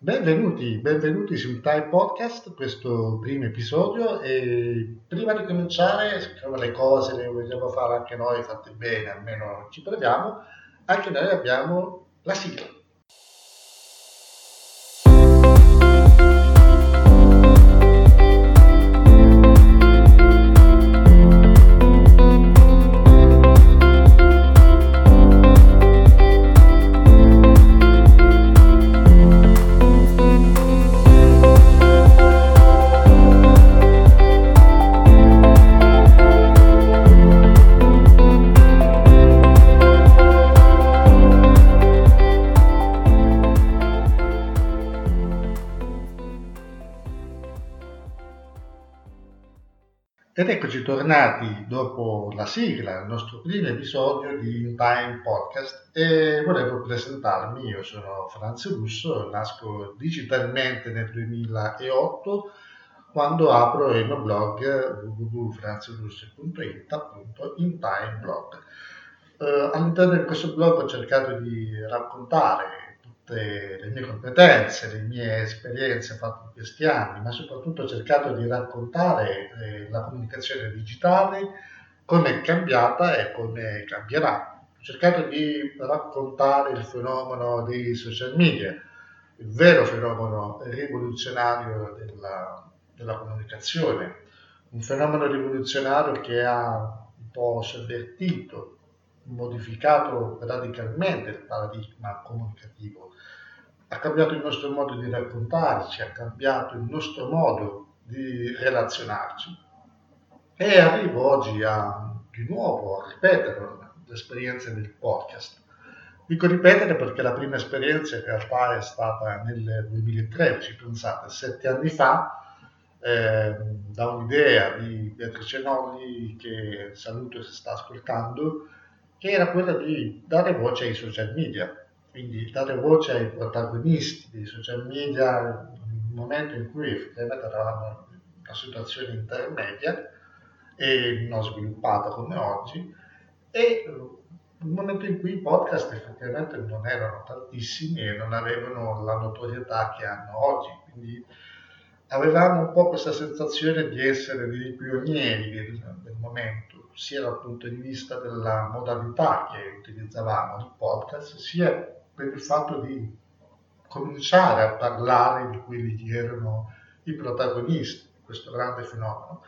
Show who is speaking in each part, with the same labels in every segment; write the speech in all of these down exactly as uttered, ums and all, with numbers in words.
Speaker 1: Benvenuti, benvenuti sul Time Podcast, questo primo episodio. E prima di cominciare, siccome le cose le vogliamo fare anche noi fatte bene, almeno ci proviamo, anche noi abbiamo la sigla. Ed eccoci tornati dopo la sigla, il nostro primo episodio di In Time Podcast, e volevo presentarmi. Io sono Franz Russo, nasco digitalmente nel duemilaotto quando apro il mio blog w w w punto franz russo punto i t, appunto In Time Blog. Eh, all'interno di questo blog ho cercato di raccontare tutte le mie competenze, le mie esperienze fatte in questi anni, ma soprattutto ho cercato di raccontare eh, la comunicazione digitale, come è cambiata e come cambierà. Ho cercato di raccontare il fenomeno dei social media, il vero fenomeno rivoluzionario della, della comunicazione, un fenomeno rivoluzionario che ha un po' sovvertito, modificato radicalmente il paradigma comunicativo, ha cambiato il nostro modo di raccontarci, ha cambiato il nostro modo di relazionarci. E arrivo oggi a, di nuovo a ripetere l'esperienza del podcast. Dico ripetere perché la prima esperienza in realtà è stata nel duemilatredici, pensate, sette anni fa, eh, da un'idea di Beatrice Nolli, che saluto se sta ascoltando, che era quella di dare voce ai social media, quindi dare voce ai protagonisti dei social media nel momento in cui effettivamente eravamo in una situazione intermedia e non sviluppata come oggi, e nel momento in cui i podcast effettivamente non erano tantissimi e non avevano la notorietà che hanno oggi, quindi avevamo un po' questa sensazione di essere dei pionieri del, del momento, sia dal punto di vista della modalità che utilizzavamo il podcast, sia per il fatto di cominciare a parlare di quelli che erano i protagonisti di questo grande fenomeno.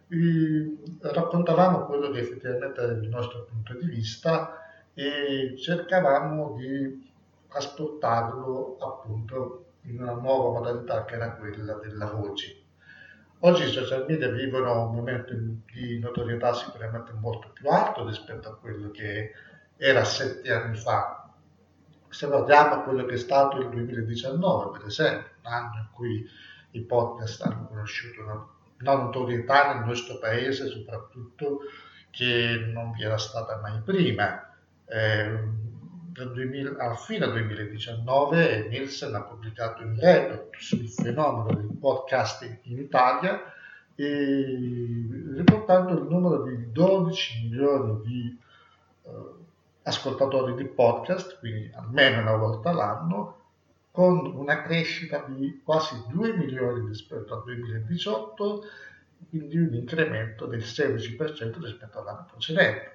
Speaker 1: E raccontavamo quello che effettivamente era il nostro punto di vista e cercavamo di asportarlo appunto in una nuova modalità che era quella della voce. Oggi i social media vivono un momento di notorietà sicuramente molto più alto rispetto a quello che era sette anni fa. Se guardiamo a quello che è stato il duemiladiciannove, per esempio, un anno in cui i podcast hanno conosciuto una, una notorietà nel nostro paese, soprattutto, che non vi era stata mai prima. Eh, duemila, alla fine del duemiladiciannove Nielsen ha pubblicato un report sul fenomeno del podcasting in Italia, e riportando il numero di dodici milioni di eh, ascoltatori di podcast, quindi almeno una volta l'anno, con una crescita di quasi due milioni rispetto al duemiladiciotto, quindi un incremento del sedici per cento rispetto all'anno precedente.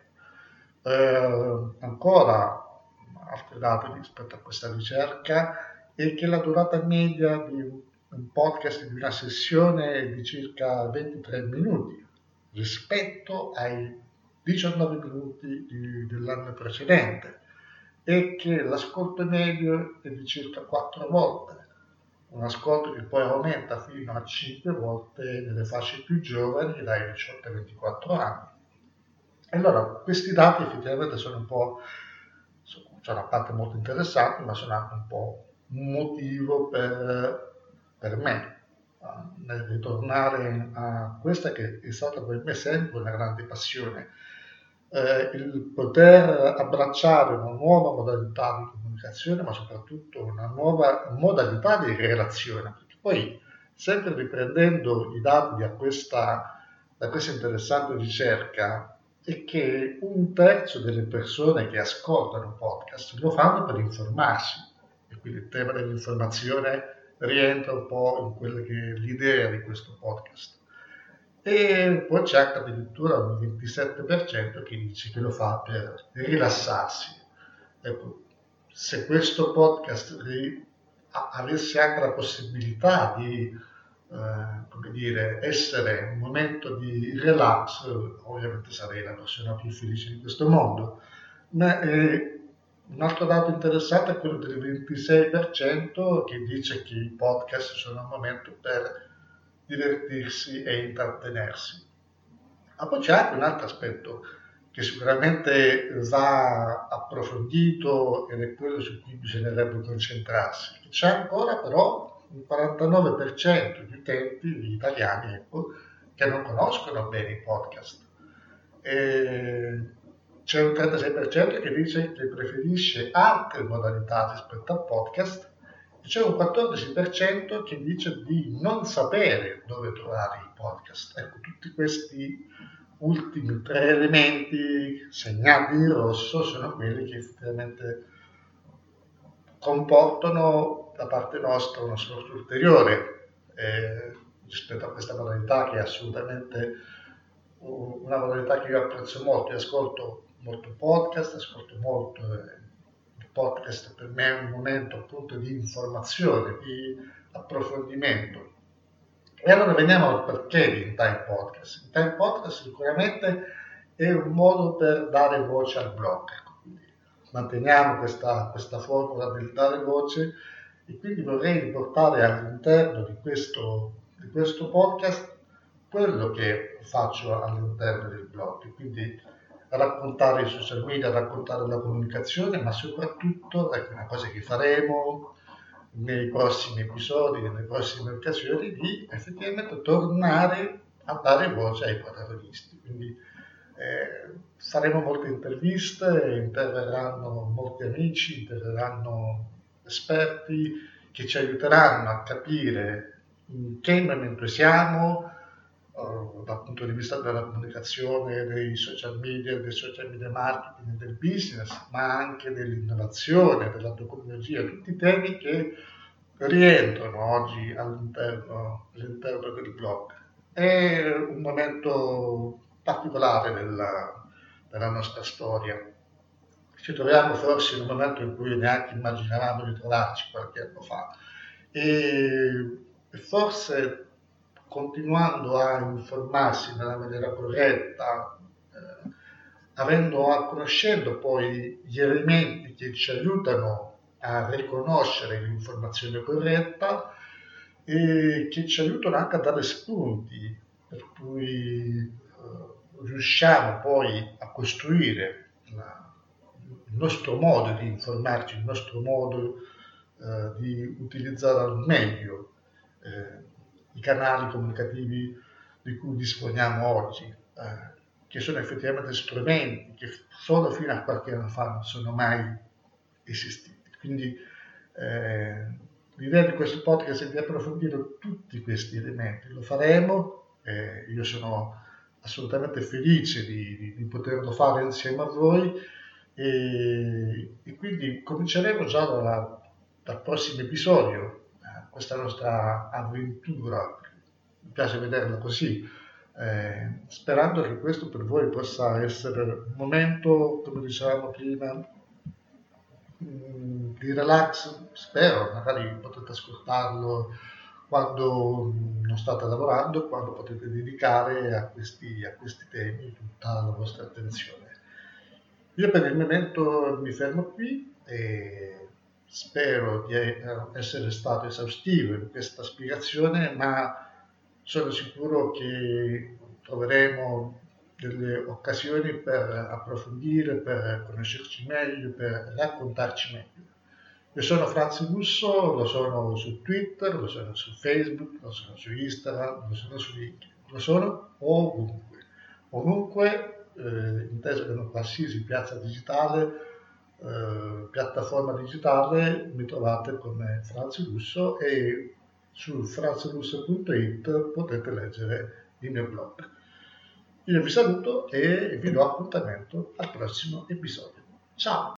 Speaker 1: Eh, ancora altre date rispetto a questa ricerca è che la durata media di un podcast, di una sessione, è di circa ventitré minuti rispetto ai diciannove minuti di, dell'anno precedente, e che l'ascolto medio è di circa quattro volte, un ascolto che poi aumenta fino a cinque volte nelle fasce più giovani, dai diciotto ai ventiquattro anni. E allora questi dati effettivamente sono un po', c'è una parte molto interessante, ma sono anche un po' un motivo per, per me nel ritornare a questa che è stata per me sempre una grande passione, eh, il poter abbracciare una nuova modalità di comunicazione, ma soprattutto una nuova modalità di relazione, perché poi, sempre riprendendo i dati da questa, da questa interessante ricerca, è che un terzo delle persone che ascoltano podcast lo fanno per informarsi, e quindi il tema dell'informazione rientra un po' in quella che è l'idea di questo podcast. E poi c'è anche addirittura un ventisette per cento che dice che lo fa per rilassarsi. Ecco, se questo podcast ri- a- avesse anche la possibilità di eh, come dire, essere un momento di relax, ovviamente sarei la persona più felice di questo mondo. Ma eh, un altro dato interessante è quello del ventisei per cento che dice che i podcast sono un momento per divertirsi e intrattenersi. Ma poi c'è anche un altro aspetto che sicuramente va approfondito ed è quello su cui bisognerebbe concentrarsi. C'è ancora però un quarantanove per cento di utenti, di italiani, ecco, che non conoscono bene i podcast. E c'è un trentasei per cento che dice che preferisce altre modalità rispetto al podcast e c'è un quattordici per cento che dice di non sapere dove trovare i podcast. Ecco, tutti questi ultimi tre elementi segnati in rosso sono quelli che effettivamente comportano da parte nostra uno sforzo ulteriore eh, rispetto a questa modalità che è assolutamente una modalità che io apprezzo molto. Io ascolto molto podcast, ascolto molto eh, il podcast per me è un momento appunto di informazione, di approfondimento. E allora veniamo al perché di Time Podcast. Il Time Podcast sicuramente è un modo per dare voce al blog. Quindi manteniamo questa, questa formula del dare voce e quindi vorrei riportare all'interno di questo, di questo podcast quello che faccio all'interno del blog. Quindi raccontare i social media, raccontare la comunicazione, ma soprattutto, ecco, una cosa che faremo nei prossimi episodi, nelle prossime occasioni, di effettivamente tornare a dare voce ai protagonisti. Quindi eh, faremo molte interviste, interverranno molti amici, interverranno esperti che ci aiuteranno a capire in che momento siamo, Uh, dal punto di vista della comunicazione, dei social media, del social media marketing, del business, ma anche dell'innovazione, della tecnologia, tutti temi che rientrano oggi all'interno, all'interno del blog. È un momento particolare della, della nostra storia. Ci troviamo forse in un momento in cui neanche immaginavamo di trovarci qualche anno fa e, e forse continuando a informarsi nella maniera corretta, eh, avendo a conoscendo poi gli elementi che ci aiutano a riconoscere l'informazione corretta e che ci aiutano anche a dare spunti per cui eh, riusciamo poi a costruire la, il nostro modo di informarci, il nostro modo eh, di utilizzare al meglio eh, i canali comunicativi di cui disponiamo oggi, eh, che sono effettivamente strumenti che solo fino a qualche anno fa non sono mai esistiti. Quindi eh, l'idea di questo podcast è di approfondire tutti questi elementi, lo faremo, eh, io sono assolutamente felice di, di, di poterlo fare insieme a voi e, e quindi cominceremo già dalla, dal prossimo episodio questa nostra avventura, mi piace vederla così, eh, sperando che questo per voi possa essere un momento, come dicevamo prima, mh, di relax, spero, magari potete ascoltarlo quando non state lavorando, quando potete dedicare a questi, a questi temi tutta la vostra attenzione. Io per il momento mi fermo qui e spero di essere stato esaustivo in questa spiegazione, ma sono sicuro che troveremo delle occasioni per approfondire, per conoscerci meglio, per raccontarci meglio. Io sono Franz Russo, lo sono su Twitter, lo sono su Facebook, lo sono su Instagram, lo sono su LinkedIn, lo sono ovunque. Ovunque, eh, inteso come qualsiasi piazza digitale, eh, piattaforma digitale, mi trovate come Franz Russo e su franz russo punto it potete leggere il mio blog. Io vi saluto e vi do appuntamento al prossimo episodio. Ciao!